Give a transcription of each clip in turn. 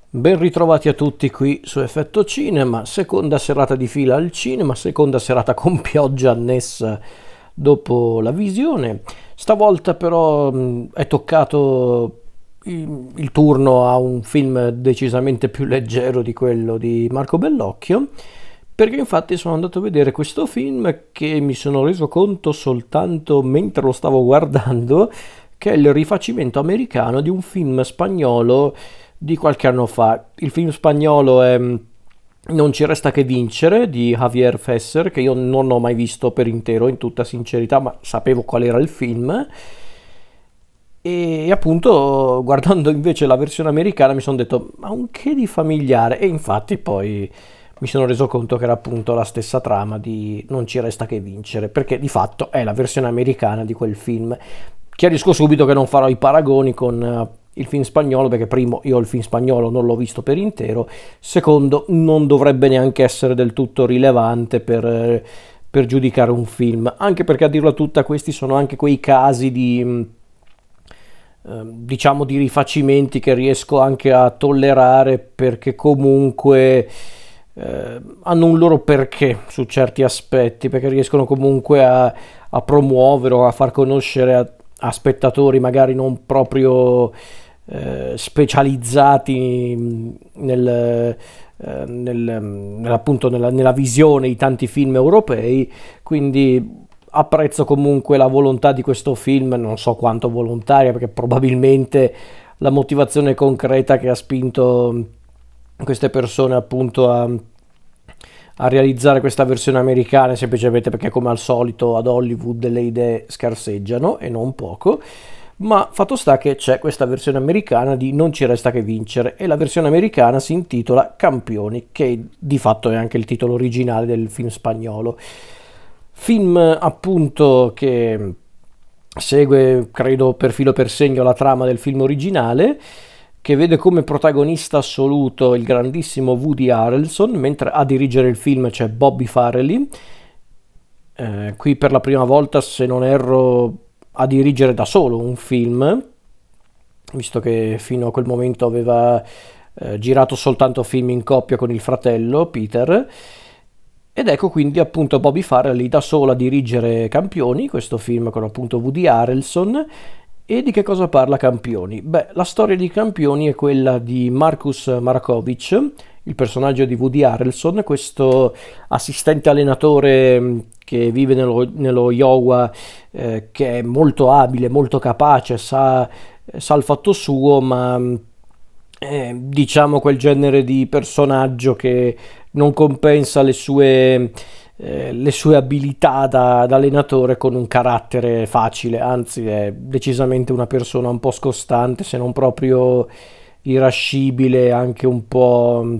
Ben ritrovati a tutti qui su Effetto Cinema, seconda serata di fila al cinema, seconda serata con pioggia annessa dopo la visione. Stavolta però è toccato il turno a un film decisamente più leggero di quello di Marco Bellocchio, perché infatti sono andato a vedere questo film che mi sono reso conto soltanto mentre lo stavo guardando, che è il rifacimento americano di un film spagnolo di qualche anno fa. Il film spagnolo è Non ci resta che vincere di Javier Fesser, che io non ho mai visto per intero, in tutta sincerità, ma sapevo qual era il film. E appunto, guardando invece la versione americana, mi sono detto, ma un che di familiare? E infatti poi mi sono reso conto che era appunto la stessa trama di Non ci resta che vincere, perché di fatto è la versione americana di quel film. Chiarisco subito che non farò i paragoni con il film spagnolo, perché primo, io il film spagnolo non l'ho visto per intero, secondo, non dovrebbe neanche essere del tutto rilevante per giudicare un film, anche perché a dirla tutta questi sono anche quei casi di diciamo di rifacimenti che riesco anche a tollerare perché comunque hanno un loro perché su certi aspetti, perché riescono comunque a promuovere o a far conoscere a spettatori magari non proprio specializzati appunto nella visione di tanti film europei, quindi apprezzo comunque la volontà di questo film, non so quanto volontaria, perché probabilmente la motivazione concreta che ha spinto queste persone appunto a realizzare questa versione americana è semplicemente perché come al solito ad Hollywood le idee scarseggiano e non poco. Ma fatto sta che c'è questa versione americana di Non ci resta che vincere e la versione americana si intitola Campioni, che di fatto è anche il titolo originale del film spagnolo. Film appunto che segue, credo per filo per segno, la trama del film originale, che vede come protagonista assoluto il grandissimo Woody Harrelson, mentre a dirigere il film c'è Bobby Farrelly. Qui per la prima volta, se non erro, a dirigere da solo un film, visto che fino a quel momento aveva girato soltanto film in coppia con il fratello Peter. Ed ecco quindi appunto Bobby Farrelly da solo a dirigere Campioni, questo film con appunto Woody Harrelson. E di che cosa parla Campioni? Beh, la storia di Campioni è quella di Marcus Markovic, il personaggio di Woody Harrelson, questo assistente allenatore che vive nello Iowa, che è molto abile, molto capace, sa il fatto suo, ma diciamo quel genere di personaggio che non compensa le sue abilità da allenatore con un carattere facile, anzi è decisamente una persona un po' scostante, se non proprio irascibile, anche un po'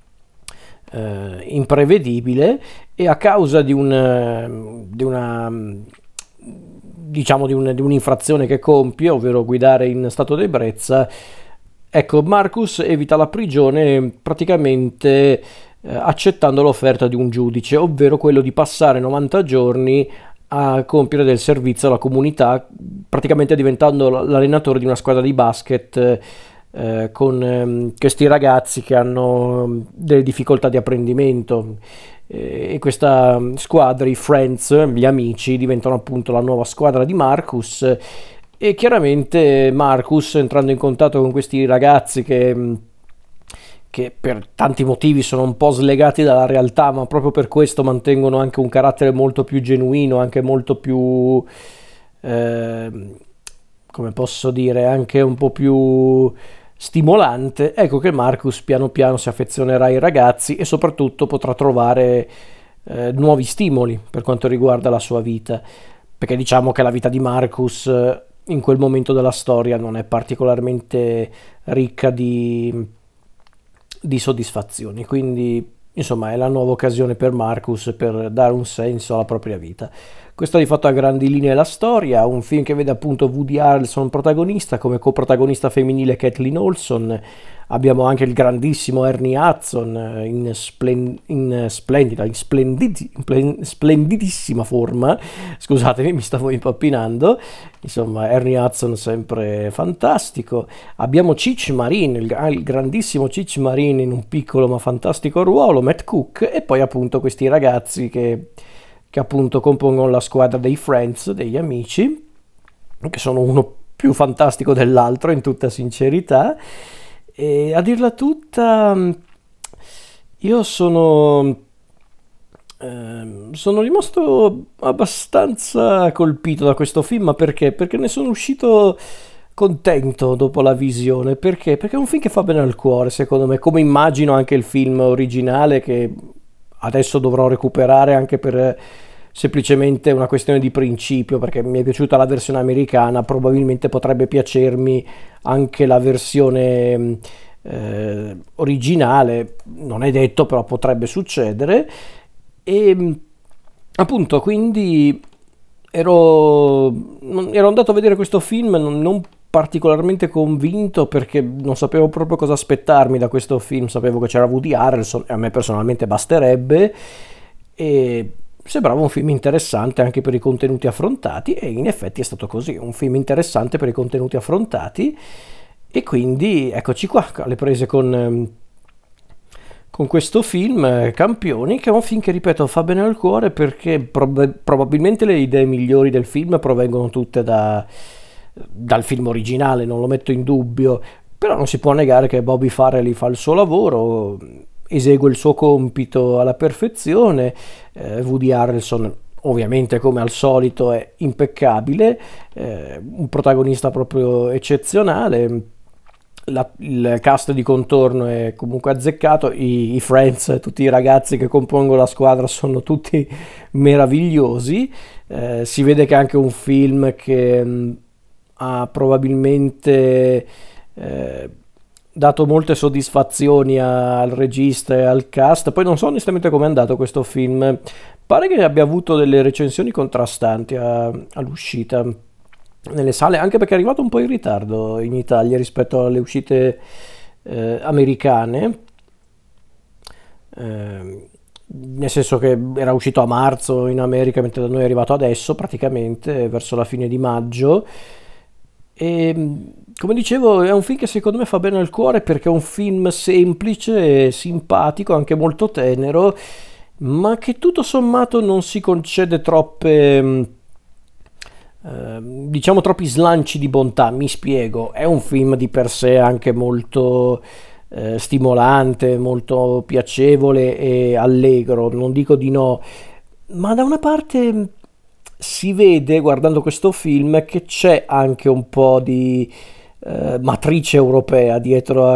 imprevedibile, e a causa di una diciamo di un'infrazione che compie, ovvero guidare in stato di ebbrezza, ecco, Marcus evita la prigione praticamente accettando l'offerta di un giudice, ovvero quello di passare 90 giorni a compiere del servizio alla comunità, praticamente diventando l'allenatore di una squadra di basket con questi ragazzi che hanno delle difficoltà di apprendimento. E questa squadra, i Friends, gli amici, diventano appunto la nuova squadra di Marcus. E chiaramente Marcus, entrando in contatto con questi ragazzi che per tanti motivi sono un po' slegati dalla realtà, ma proprio per questo mantengono anche un carattere molto più genuino, anche molto più, eh, come posso dire, anche un po' più stimolante. Ecco che Marcus piano piano si affezionerà ai ragazzi e soprattutto potrà trovare nuovi stimoli per quanto riguarda la sua vita, perché diciamo che la vita di Marcus in quel momento della storia non è particolarmente ricca di soddisfazioni, quindi insomma è la nuova occasione per Marcus per dare un senso alla propria vita. Questa di fatto a grandi linee è la storia, un film che vede appunto Woody Harrelson protagonista, come coprotagonista femminile Kathleen Olson. Abbiamo anche il grandissimo Ernie Hudson in splendida, splendidissima forma. Scusatemi, mi stavo impappinando. Insomma, Ernie Hudson sempre fantastico. Abbiamo Cheech Marin, il grandissimo Cheech Marin in un piccolo ma fantastico ruolo, Matt Cook, e poi appunto questi ragazzi che appunto compongono la squadra dei Friends, degli amici, che sono uno più fantastico dell'altro in tutta sincerità. E a dirla tutta, io sono rimasto abbastanza colpito da questo film, ma perché? Perché ne sono uscito contento dopo la visione. Perché? Perché è un film che fa bene al cuore, secondo me, come immagino anche il film originale che adesso dovrò recuperare anche per semplicemente una questione di principio, perché mi è piaciuta la versione americana, probabilmente potrebbe piacermi anche la versione originale, non è detto, però potrebbe succedere. E appunto, quindi ero andato a vedere questo film non particolarmente convinto perché non sapevo proprio cosa aspettarmi da questo film. Sapevo che c'era Woody Harrelson e a me personalmente basterebbe, e sembrava un film interessante anche per i contenuti affrontati, e in effetti è stato così, un film interessante per i contenuti affrontati. E quindi eccoci qua alle prese con questo film, Campioni, che è un film che, ripeto, fa bene al cuore perché probabilmente le idee migliori del film provengono tutte dal film originale, non lo metto in dubbio, però non si può negare che Bobby Farrelly fa il suo lavoro, esegue il suo compito alla perfezione. Woody Harrelson ovviamente come al solito è impeccabile, un protagonista proprio eccezionale. Il cast di contorno è comunque azzeccato, i Friends, tutti i ragazzi che compongono la squadra sono tutti meravigliosi. Si vede che è anche un film che ha probabilmente dato molte soddisfazioni al regista e al cast. Poi non so onestamente com'è andato questo film, pare che abbia avuto delle recensioni contrastanti all'uscita nelle sale, anche perché è arrivato un po' in ritardo in Italia rispetto alle uscite americane, nel senso che era uscito a marzo in America, mentre da noi è arrivato adesso, praticamente verso la fine di maggio. E come dicevo, è un film che secondo me fa bene al cuore perché è un film semplice, simpatico, anche molto tenero, ma che tutto sommato non si concede diciamo troppi slanci di bontà. Mi spiego, è un film di per sé anche molto stimolante, molto piacevole e allegro, non dico di no, ma da una parte si vede guardando questo film che c'è anche un po' di matrice europea dietro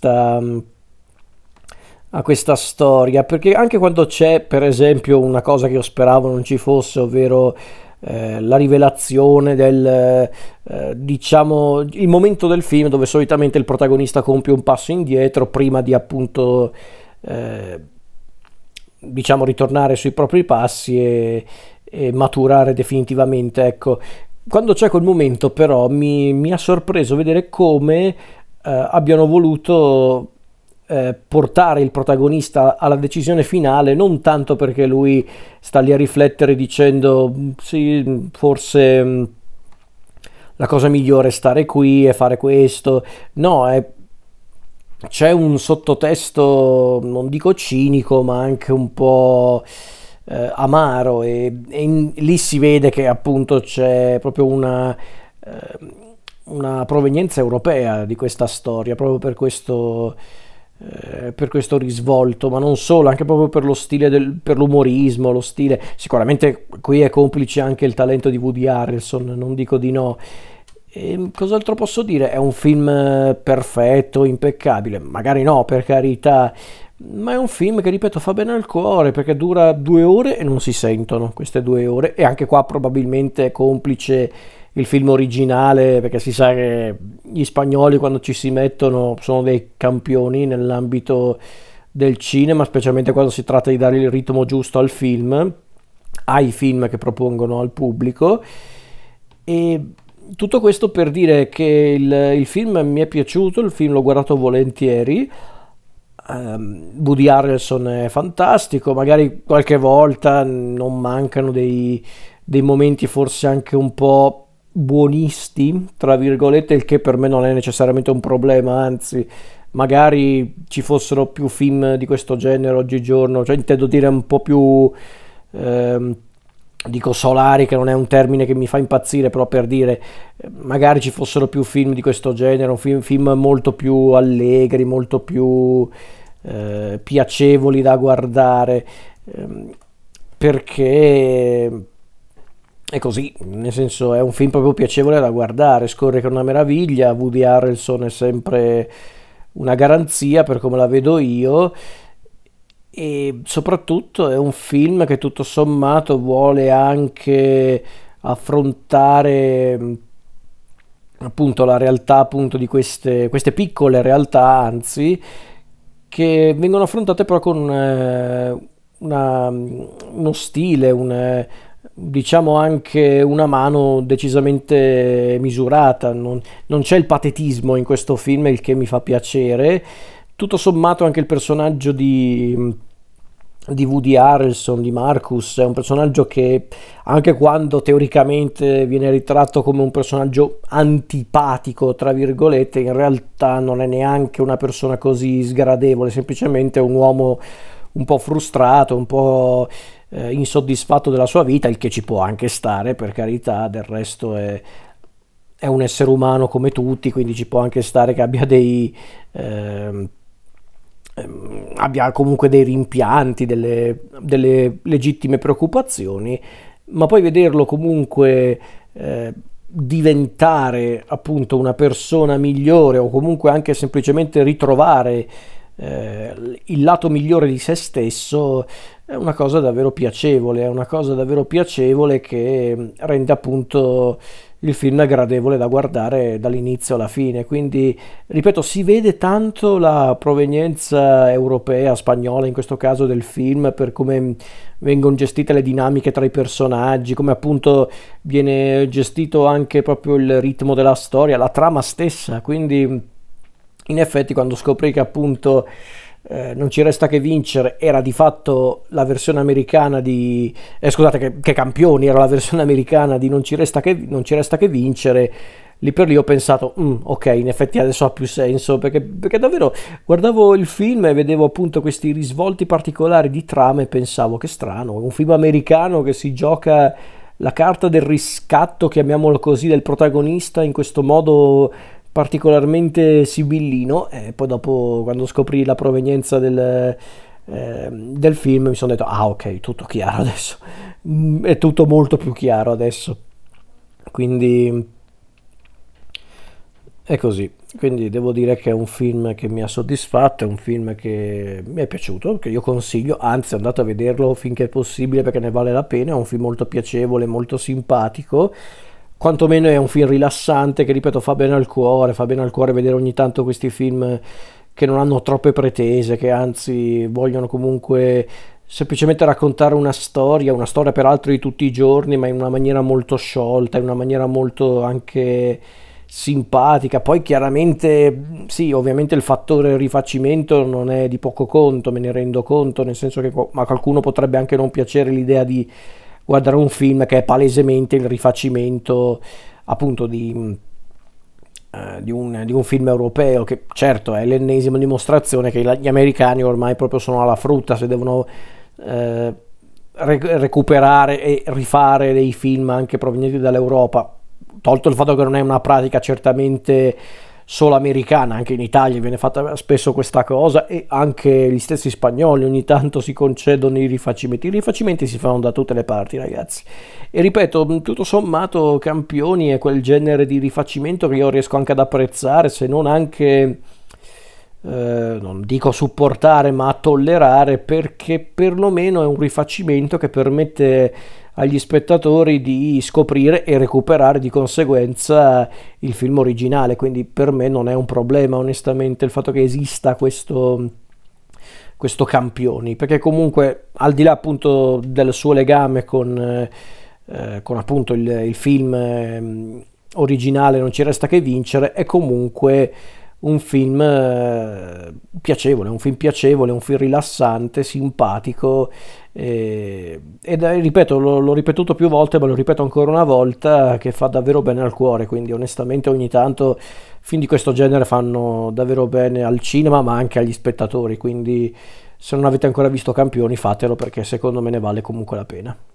a questa storia, perché anche quando c'è, per esempio, una cosa che io speravo non ci fosse, ovvero la rivelazione diciamo, il momento del film dove solitamente il protagonista compie un passo indietro prima di appunto, eh, diciamo, ritornare sui propri passi e maturare definitivamente, ecco. Quando c'è quel momento però mi ha sorpreso vedere come abbiano voluto portare il protagonista alla decisione finale, non tanto perché lui sta lì a riflettere dicendo sì, forse la cosa migliore è stare qui e fare questo, no, c'è un sottotesto, non dico cinico, ma anche un po' amaro, e lì si vede che appunto c'è proprio una provenienza europea di questa storia, proprio per questo risvolto, ma non solo, anche proprio per lo stile, per l'umorismo, lo stile. Sicuramente qui è complice anche il talento di Woody Harrelson, non dico di no. E cos'altro posso dire? È un film perfetto, impeccabile, magari no, per carità, ma è un film che, ripeto, fa bene al cuore perché dura 2 ore e non si sentono queste 2 ore, e anche qua probabilmente è complice il film originale, perché si sa che gli spagnoli quando ci si mettono sono dei campioni nell'ambito del cinema, specialmente quando si tratta di dare il ritmo giusto al film. ai film che propongono al pubblico. E tutto questo per dire che il film mi è piaciuto, il film l'ho guardato volentieri. Woody Harrelson è fantastico, magari qualche volta non mancano dei momenti forse anche un po' buonisti, tra virgolette, il che per me non è necessariamente un problema, anzi, magari ci fossero più film di questo genere oggigiorno, cioè intendo dire un po' più, ehm, dico solari, che non è un termine che mi fa impazzire, però per dire, magari ci fossero più film di questo genere, film molto più allegri, molto più piacevoli da guardare, ehm, perché è così, nel senso è un film proprio piacevole da guardare, scorre che è una meraviglia, Woody Harrelson è sempre una garanzia per come la vedo io, e soprattutto è un film che tutto sommato vuole anche affrontare appunto la realtà appunto di queste piccole realtà, anzi, che vengono affrontate però con uno stile, diciamo anche una mano decisamente misurata. Non c'è il patetismo in questo film, il che mi fa piacere. Tutto sommato anche il personaggio di Woody Harrelson, di Marcus, è un personaggio che anche quando teoricamente viene ritratto come un personaggio antipatico, tra virgolette, in realtà non è neanche una persona così sgradevole, semplicemente un uomo un po' frustrato, un po' insoddisfatto della sua vita, il che ci può anche stare, per carità, del resto è un essere umano come tutti, quindi ci può anche stare che abbia abbia comunque dei rimpianti, delle legittime preoccupazioni, ma poi vederlo comunque diventare appunto una persona migliore, o comunque anche semplicemente ritrovare il lato migliore di se stesso, è una cosa davvero piacevole, è una cosa davvero piacevole che rende appunto il film gradevole da guardare dall'inizio alla fine. Quindi, ripeto, si vede tanto la provenienza europea, spagnola in questo caso, del film, per come vengono gestite le dinamiche tra i personaggi, come appunto viene gestito anche proprio il ritmo della storia, la trama stessa. Quindi in effetti quando scoprì che appunto non ci resta che vincere era di fatto la versione americana di scusate, che Campioni era la versione americana di non ci resta che vincere, lì per lì ho pensato, ok, in effetti adesso ha più senso, perché davvero guardavo il film e vedevo appunto questi risvolti particolari di trama e pensavo, che strano, un film americano che si gioca la carta del riscatto, chiamiamolo così, del protagonista in questo modo particolarmente sibillino. E poi dopo, quando scoprì la provenienza del film, mi sono detto, ah ok, tutto chiaro adesso. È tutto molto più chiaro adesso, quindi è così. Quindi devo dire che è un film che mi ha soddisfatto, è un film che mi è piaciuto, che io consiglio, anzi andate a vederlo finché è possibile perché ne vale la pena, è un film molto piacevole, molto simpatico, quantomeno è un film rilassante che, ripeto, fa bene al cuore vedere ogni tanto questi film che non hanno troppe pretese, che anzi vogliono comunque semplicemente raccontare una storia peraltro di tutti i giorni, ma in una maniera molto sciolta, in una maniera molto anche simpatica. Poi chiaramente sì, ovviamente il fattore rifacimento non è di poco conto, me ne rendo conto, nel senso che a qualcuno potrebbe anche non piacere l'idea di guardare un film che è palesemente il rifacimento appunto di un film europeo, che certo è l'ennesima dimostrazione che gli americani ormai proprio sono alla frutta se devono recuperare e rifare dei film anche provenienti dall'Europa, tolto il fatto che non è una pratica certamente solo americana, anche in Italia viene fatta spesso questa cosa, e anche gli stessi spagnoli ogni tanto si concedono i rifacimenti si fanno da tutte le parti, ragazzi. E ripeto, tutto sommato Campioni è quel genere di rifacimento che io riesco anche ad apprezzare, se non anche non dico supportare, ma a tollerare, perché perlomeno è un rifacimento che permette agli spettatori di scoprire e recuperare di conseguenza il film originale. Quindi per me non è un problema, onestamente, il fatto che esista questo Campioni, perché comunque al di là appunto del suo legame con appunto il film originale Non ci resta che vincere, è comunque un film piacevole, un film piacevole, un film rilassante, simpatico, ed ripeto, l'ho ripetuto più volte, ma lo ripeto ancora una volta, che fa davvero bene al cuore, quindi onestamente ogni tanto film di questo genere fanno davvero bene al cinema, ma anche agli spettatori, quindi se non avete ancora visto Campioni fatelo perché secondo me ne vale comunque la pena.